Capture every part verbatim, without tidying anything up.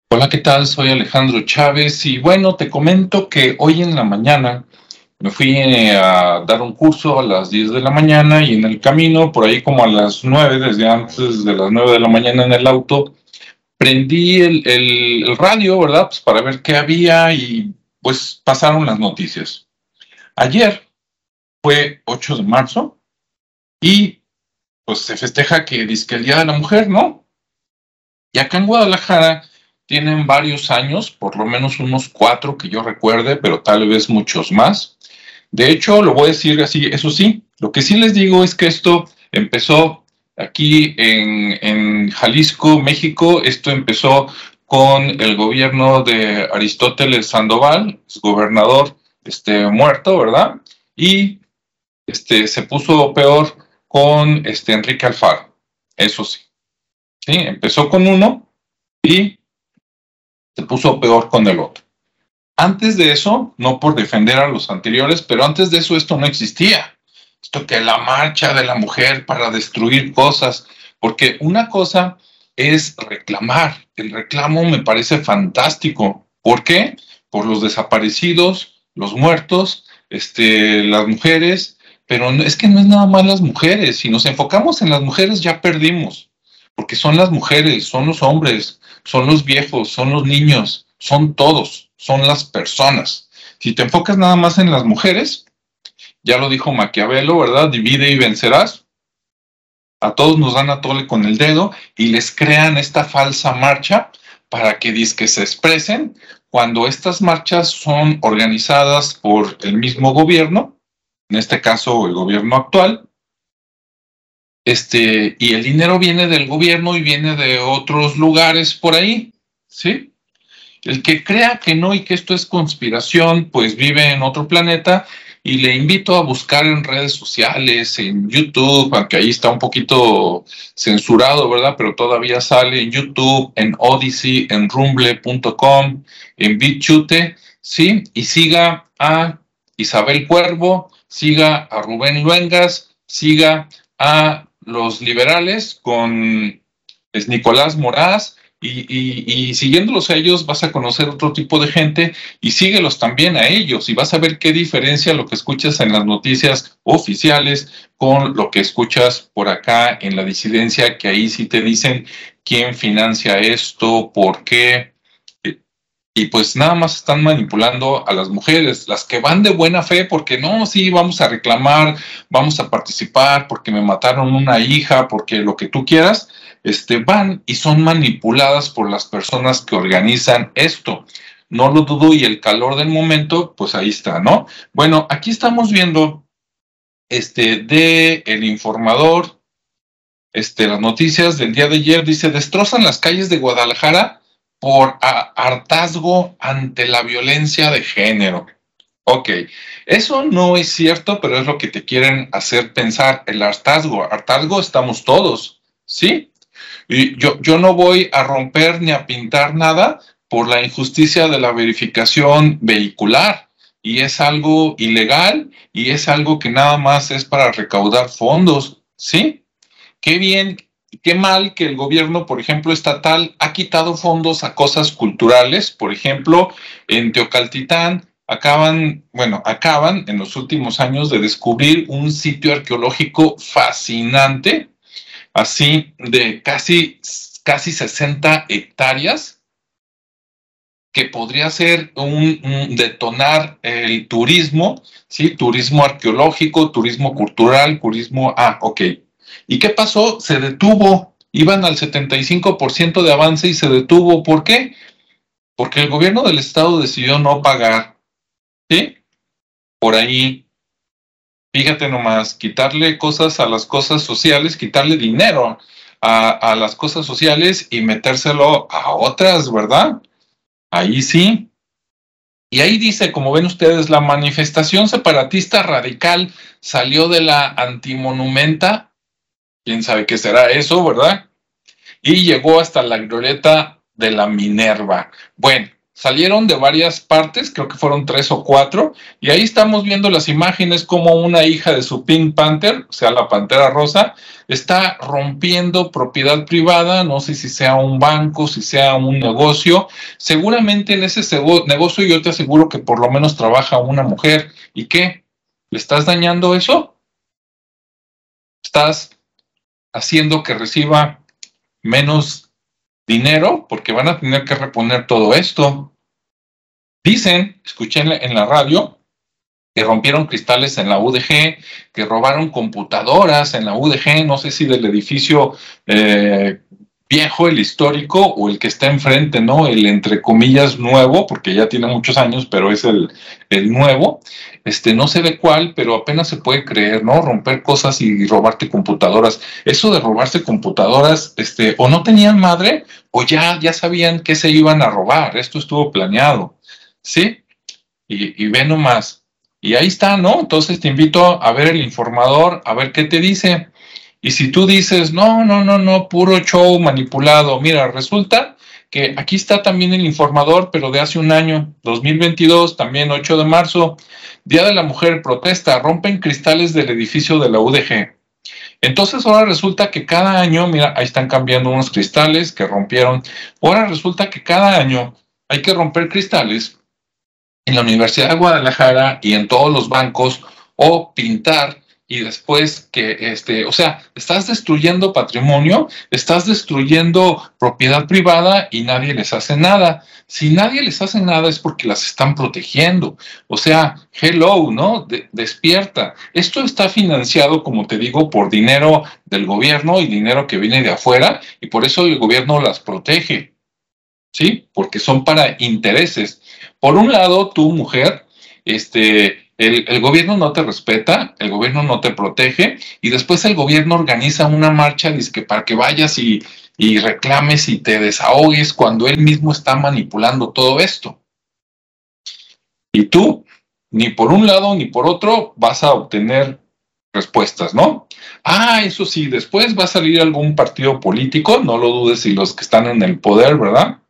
Hola, ¿qué tal? Soy Alejandro Chávez y bueno, te comento que hoy en la mañana me fui eh, a dar un curso a las diez de la mañana y en el camino, por ahí como a las nueve, desde antes de las nueve de la mañana en el auto, prendí el, el- el radio, ¿verdad? Pues para ver qué había y pues pasaron las noticias. Ayer fue ocho de marzo y pues se festeja que dizque el Día de la Mujer, ¿no? Y acá en Guadalajara tienen varios años, por lo menos unos cuatro que yo recuerde, pero tal vez muchos más. De hecho, lo voy a decir así, eso sí, lo que sí les digo es que esto empezó aquí en, en Jalisco, México, esto empezó con el gobierno de Aristóteles Sandoval, es gobernador este, muerto, ¿verdad? Y este, se puso peor con este, Enrique Alfaro, eso sí, ¿sí? Empezó con uno y se puso peor con el otro. Antes de eso, no por defender a los anteriores, pero antes de eso esto no existía. Esto que la marcha de la mujer para destruir cosas, porque una cosa es reclamar. El reclamo me parece fantástico. ¿Por qué? Por los desaparecidos, los muertos, este, las mujeres, pero no, es que no es nada más las mujeres. Si nos enfocamos en las mujeres ya perdimos, porque son las mujeres, son los hombres, son los viejos, son los niños, son todos, son las personas. Si te enfocas nada más en las mujeres, ya lo dijo Maquiavelo, ¿verdad? Divide y vencerás. A todos nos dan a tole con el dedo y les crean esta falsa marcha para que dizque se expresen cuando estas marchas son organizadas por el mismo gobierno, en este caso el gobierno actual, este, y el dinero viene del gobierno y viene de otros lugares por ahí, ¿sí? El que crea que no y que esto es conspiración, pues vive en otro planeta y le invito a buscar en redes sociales, en YouTube, aunque ahí está un poquito censurado, ¿verdad? Pero todavía sale en YouTube, en Odyssey, en rumble punto com, en BitChute, ¿sí? Y siga a Isabel Cuervo, siga a Rubén Luengas, siga a los liberales con es Nicolás Moraz, y, y, y siguiéndolos a ellos vas a conocer otro tipo de gente y síguelos también a ellos y vas a ver qué diferencia lo que escuchas en las noticias oficiales con lo que escuchas por acá en la disidencia, que ahí sí te dicen quién financia esto, por qué. Y pues nada más están manipulando a las mujeres, las que van de buena fe porque no, sí, vamos a reclamar, vamos a participar porque me mataron una hija, porque lo que tú quieras, este, van y son manipuladas por las personas que organizan esto. No lo dudo y el calor del momento, pues ahí está, ¿no? Bueno, aquí estamos viendo este de El Informador, este, las noticias del día de ayer, dice, destrozan las calles de Guadalajara por a, hartazgo ante la violencia de género. Ok, eso no es cierto, pero es lo que te quieren hacer pensar, el hartazgo. Hartazgo estamos todos, ¿sí? Y yo, yo no voy a romper ni a pintar nada por la injusticia de la verificación vehicular. Y es algo ilegal y es algo que nada más es para recaudar fondos, ¿sí? Qué bien, qué mal que el gobierno, por ejemplo, estatal, ha quitado fondos a cosas culturales. Por ejemplo, en Teocaltitán acaban, bueno, acaban en los últimos años de descubrir un sitio arqueológico fascinante, así de casi, casi sesenta hectáreas, que podría ser un, un detonar el turismo, ¿sí? Turismo arqueológico, turismo cultural, turismo, ah, ok. ¿Y qué pasó? Se detuvo, iban al setenta y cinco por ciento de avance y se detuvo. ¿Por qué? Porque el gobierno del estado decidió no pagar, ¿sí? Por ahí, fíjate nomás, quitarle cosas a las cosas sociales, quitarle dinero a, a las cosas sociales y metérselo a otras, ¿verdad? Ahí sí. Y ahí dice, como ven ustedes, la manifestación separatista radical salió de la antimonumenta, quién sabe qué será eso, ¿verdad? Y llegó hasta la glorieta de la Minerva. Bueno, salieron de varias partes, creo que fueron tres o cuatro, y ahí estamos viendo las imágenes como una hija de su Pink Panther, o sea, la Pantera Rosa, está rompiendo propiedad privada, no sé si sea un banco, si sea un negocio, seguramente en ese negocio yo te aseguro que por lo menos trabaja una mujer, ¿y qué? ¿Le estás dañando eso? ¿Estás haciendo que reciba menos dinero? Porque van a tener que reponer todo esto. Dicen, escuché en la, en la radio, que rompieron cristales en la U D G, que robaron computadoras en la U D G, no sé si del edificio eh, viejo, el histórico, o el que está enfrente, ¿no? El entre comillas nuevo, porque ya tiene muchos años, pero es el, el nuevo. Este, no sé de cuál, pero apenas se puede creer, ¿no? Romper cosas y robarte computadoras. Eso de robarse computadoras, este, o no tenían madre, o ya, ya sabían que se iban a robar. Esto estuvo planeado, ¿sí? Y, y ve nomás. Y ahí está, ¿no? Entonces te invito a ver El Informador, a ver qué te dice. Y si tú dices, no, no, no, no, puro show manipulado, mira, resulta que aquí está también El Informador, pero de hace un año, dos mil veintidós, también ocho de marzo, Día de la Mujer, protesta, rompen cristales del edificio de la U D G. Entonces ahora resulta que cada año, mira, ahí están cambiando unos cristales que rompieron. Ahora resulta que cada año hay que romper cristales en la Universidad de Guadalajara y en todos los bancos, o pintar y después que, este, o sea, estás destruyendo patrimonio, estás destruyendo propiedad privada y nadie les hace nada. Si nadie les hace nada es porque las están protegiendo. O sea, hello, ¿no? De- despierta. Esto está financiado, como te digo, por dinero del gobierno y dinero que viene de afuera, y por eso el gobierno las protege, ¿sí? Porque son para intereses. Por un lado, tú, mujer, este, el, el gobierno no te respeta, el gobierno no te protege, y después el gobierno organiza una marcha dizque para que vayas y, y reclames y te desahogues cuando él mismo está manipulando todo esto. Y tú, ni por un lado ni por otro, vas a obtener respuestas, ¿no? Ah, eso sí, después va a salir algún partido político, no lo dudes, si los que están en el poder, ¿verdad?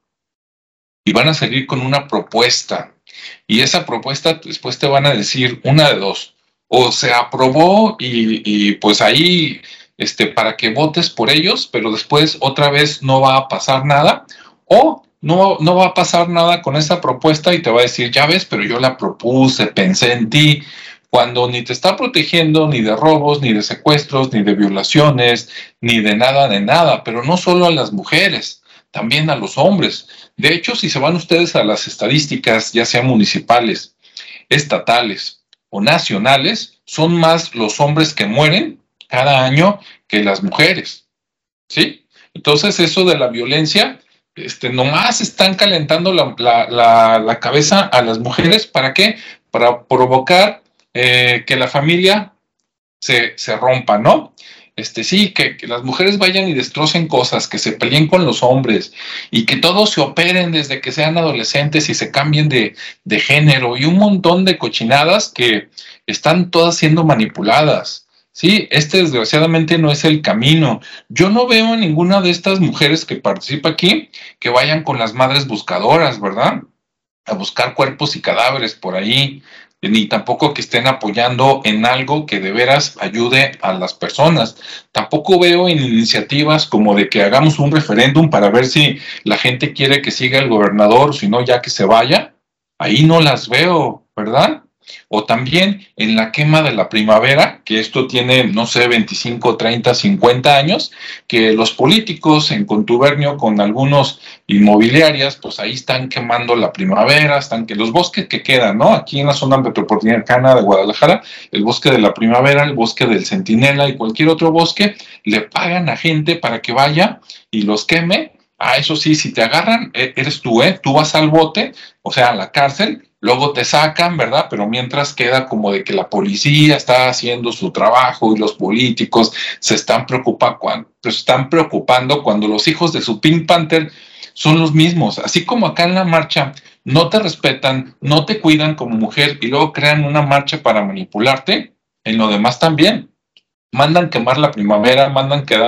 Y van a salir con una propuesta. Y esa propuesta después te van a decir una de dos. O se aprobó y, y pues ahí, este, para que votes por ellos, pero después otra vez no va a pasar nada. O no, no va a pasar nada con esa propuesta y te va a decir, ya ves, pero yo la propuse, pensé en ti. Cuando ni te está protegiendo ni de robos, ni de secuestros, ni de violaciones, ni de nada, de nada. Pero no solo a las mujeres, también a los hombres. De hecho, si se van ustedes a las estadísticas, ya sean municipales, estatales o nacionales, son más los hombres que mueren cada año que las mujeres, ¿sí? Entonces, eso de la violencia, este, nomás están calentando la, la, la, la cabeza a las mujeres. ¿Para qué? Para provocar eh, que la familia se, se rompa, ¿no? Este, sí, que, que las mujeres vayan y destrocen cosas, que se peleen con los hombres y que todos se operen desde que sean adolescentes y se cambien de, de género y un montón de cochinadas que están todas siendo manipuladas. Sí, este desgraciadamente no es el camino. Yo no veo a ninguna de estas mujeres que participa aquí que vayan con las madres buscadoras, ¿verdad? A buscar cuerpos y cadáveres por ahí, ni tampoco que estén apoyando en algo que de veras ayude a las personas. Tampoco veo en iniciativas como de que hagamos un referéndum para ver si la gente quiere que siga el gobernador, si no ya que se vaya. Ahí no las veo, ¿verdad? O también en la quema de la primavera, que esto tiene, no sé, veinticinco, treinta, cincuenta años, que los políticos en contubernio con algunos inmobiliarias, pues ahí están quemando la primavera, están que los bosques que quedan, ¿no? Aquí en la zona metropolitana de Guadalajara, el bosque de la primavera, el bosque del Centinela y cualquier otro bosque, le pagan a gente para que vaya y los queme. Ah, eso sí, si te agarran, eres tú, ¿eh? Tú vas al bote, o sea, a la cárcel, luego te sacan, ¿verdad? Pero mientras queda como de que la policía está haciendo su trabajo y los políticos se están preocupando, se están preocupando cuando los hijos de su Pink Panther son los mismos. Así como acá en la marcha no te respetan, no te cuidan como mujer y luego crean una marcha para manipularte, en lo demás también. Mandan quemar la primavera, mandan quedar,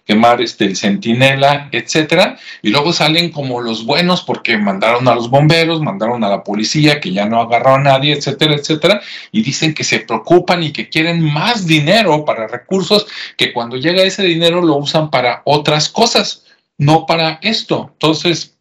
quemar este, el Centinela, etcétera, y luego salen como los buenos porque mandaron a los bomberos, mandaron a la policía que ya no agarró a nadie, etcétera, etcétera, y dicen que se preocupan y que quieren más dinero para recursos, que cuando llega ese dinero lo usan para otras cosas, no para esto. Entonces,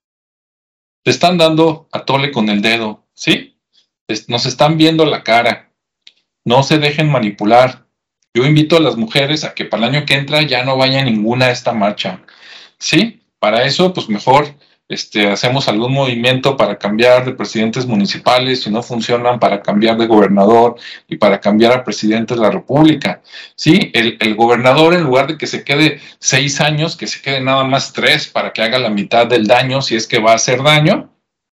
te están dando a tole con el dedo, ¿sí? Nos están viendo la cara, no se dejen manipular. Yo invito a las mujeres a que para el año que entra ya no vaya ninguna a esta marcha, ¿sí? Para eso, pues mejor este, hacemos algún movimiento para cambiar de presidentes municipales, si no funcionan, para cambiar de gobernador y para cambiar a presidente de la República, ¿sí? El, el gobernador, en lugar de que se quede seis años, que se quede nada más tres para que haga la mitad del daño, si es que va a hacer daño,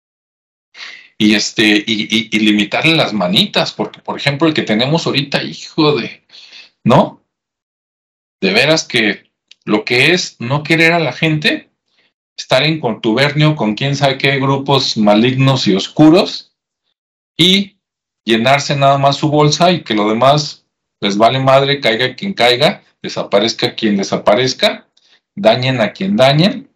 y, este, y, y, y limitarle las manitas, porque, por ejemplo, el que tenemos ahorita, hijo de... ¿no? De veras que lo que es no querer a la gente, estar en contubernio con quién sabe qué grupos malignos y oscuros y llenarse nada más su bolsa y que lo demás les vale madre, caiga quien caiga, desaparezca quien desaparezca, dañen a quien dañen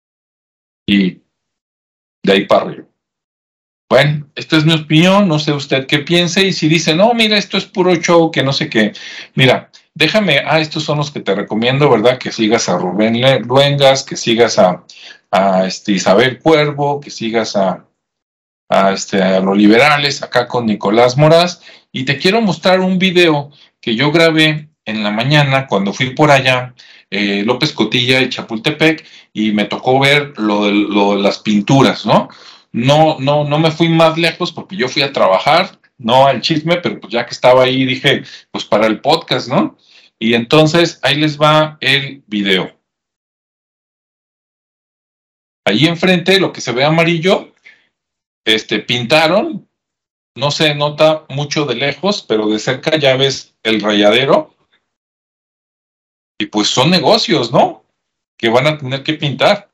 y de ahí para arriba. Bueno, esta es mi opinión, no sé usted qué piense, y si dice, no, mira, esto es puro show, que no sé qué, mira, déjame, ah, estos son los que te recomiendo, ¿verdad? Que sigas a Rubén Luengas, que sigas a, a este, Isabel Cuervo, que sigas a, a, este, a los liberales, acá con Nicolás Moraz, y te quiero mostrar un video que yo grabé en la mañana cuando fui por allá, eh, López Cotilla y Chapultepec, y me tocó ver lo de, lo de las pinturas, ¿no? No, no, no me fui más lejos porque yo fui a trabajar, no al chisme, pero pues ya que estaba ahí dije, pues para el podcast, ¿no? Y entonces ahí les va el video. Ahí enfrente, lo que se ve amarillo, este, pintaron, no se nota mucho de lejos, pero de cerca ya ves el rayadero. Y pues son negocios, ¿no? Que van a tener que pintar.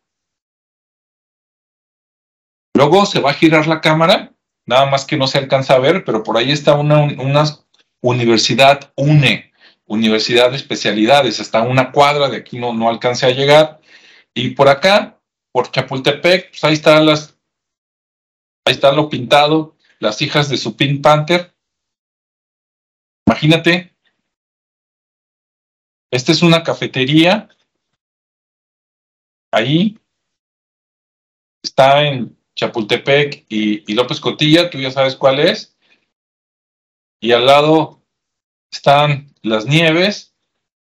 Luego se va a girar la cámara, nada más que no se alcanza a ver, pero por ahí está una, una universidad UNE, Universidad de Especialidades, está a una cuadra, de aquí no, no alcancé a llegar. Y por acá, por Chapultepec, pues ahí están las, ahí está lo pintado, las hijas de su Pink Panther. Imagínate, esta es una cafetería, ahí está en Chapultepec y, y López Cotilla, tú ya sabes cuál es, y al lado están las Nieves,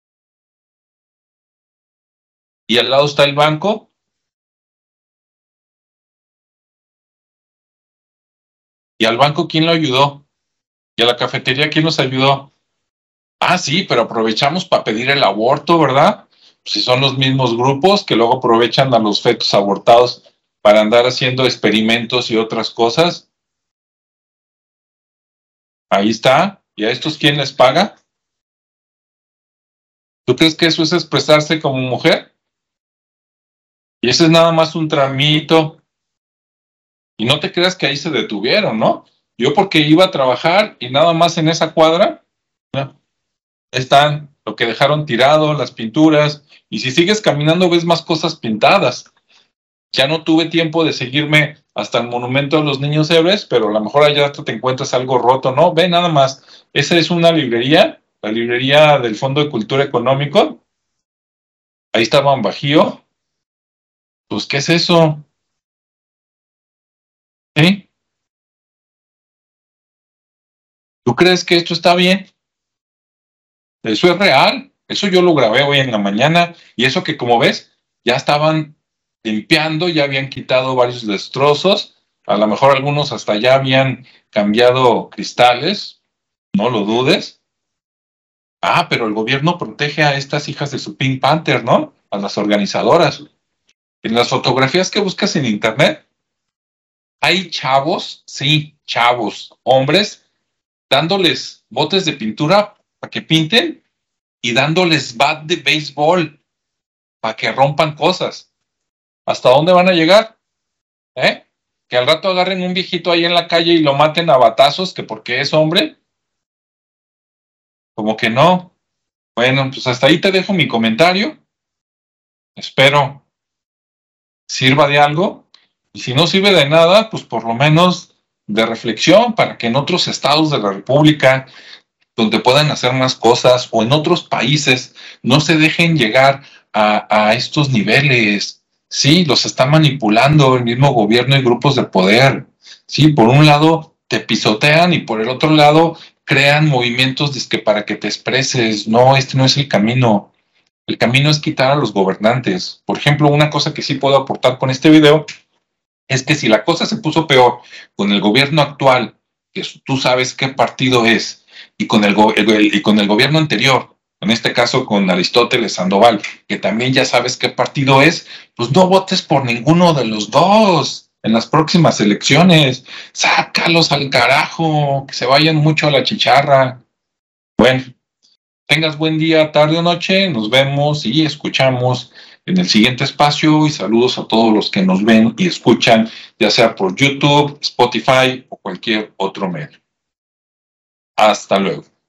y al lado está el banco, y al banco, ¿quién lo ayudó? Y a la cafetería, ¿quién nos ayudó? Ah, sí, pero aprovechamos para pedir el aborto, ¿verdad? Pues si son los mismos grupos que luego aprovechan a los fetos abortados para andar haciendo experimentos y otras cosas. Ahí está. ¿Y a estos quién les paga? ¿Tú crees que eso es expresarse como mujer? Y ese es nada más un tramito. Y no te creas que ahí se detuvieron, ¿no? Yo porque iba a trabajar y nada más en esa cuadra, ¿no? Están lo que dejaron tirado, las pinturas, y si sigues caminando ves más cosas pintadas. Ya no tuve tiempo de seguirme hasta el monumento de los niños héroes, pero a lo mejor allá te encuentras algo roto, ¿no? Ve nada más, esa es una librería, la librería del Fondo de Cultura Económico, ahí estaba en Bajío, pues ¿qué es eso? ¿Sí? ¿Tú crees que esto está bien? Eso es real, eso yo lo grabé hoy en la mañana, y eso que como ves, ya estaban limpiando, ya habían quitado varios destrozos, a lo mejor algunos hasta ya habían cambiado cristales, no lo dudes. Ah, pero el gobierno protege a estas hijas de su Pink Panther, ¿no? A las organizadoras. En las fotografías que buscas en internet, hay chavos, sí, chavos, hombres, dándoles botes de pintura para que pinten y dándoles bat de béisbol para que rompan cosas. ¿Hasta dónde van a llegar? ¿Eh? Que al rato agarren un viejito ahí en la calle y lo maten a batazos, que porque es hombre. Como que no. Bueno, pues hasta ahí te dejo mi comentario. Espero sirva de algo, y si no sirve de nada, pues por lo menos de reflexión para que en otros estados de la República, donde puedan hacer más cosas, o en otros países, no se dejen llegar a, a estos niveles. Sí, los está manipulando el mismo gobierno y grupos de poder. Sí, por un lado te pisotean y por el otro lado crean movimientos dizque para que te expreses. No, este no es el camino. El camino es quitar a los gobernantes. Por ejemplo, una cosa que sí puedo aportar con este video es que si la cosa se puso peor con el gobierno actual, que tú sabes qué partido es, y con el, go el, y con el gobierno anterior, en este caso con Aristóteles Sandoval, que también ya sabes qué partido es, pues no votes por ninguno de los dos en las próximas elecciones. Sácalos al carajo, que se vayan mucho a la chicharra. Bueno, tengas buen día, tarde o noche, nos vemos y escuchamos en el siguiente espacio, y saludos a todos los que nos ven y escuchan, ya sea por YouTube, Spotify o cualquier otro medio. Hasta luego.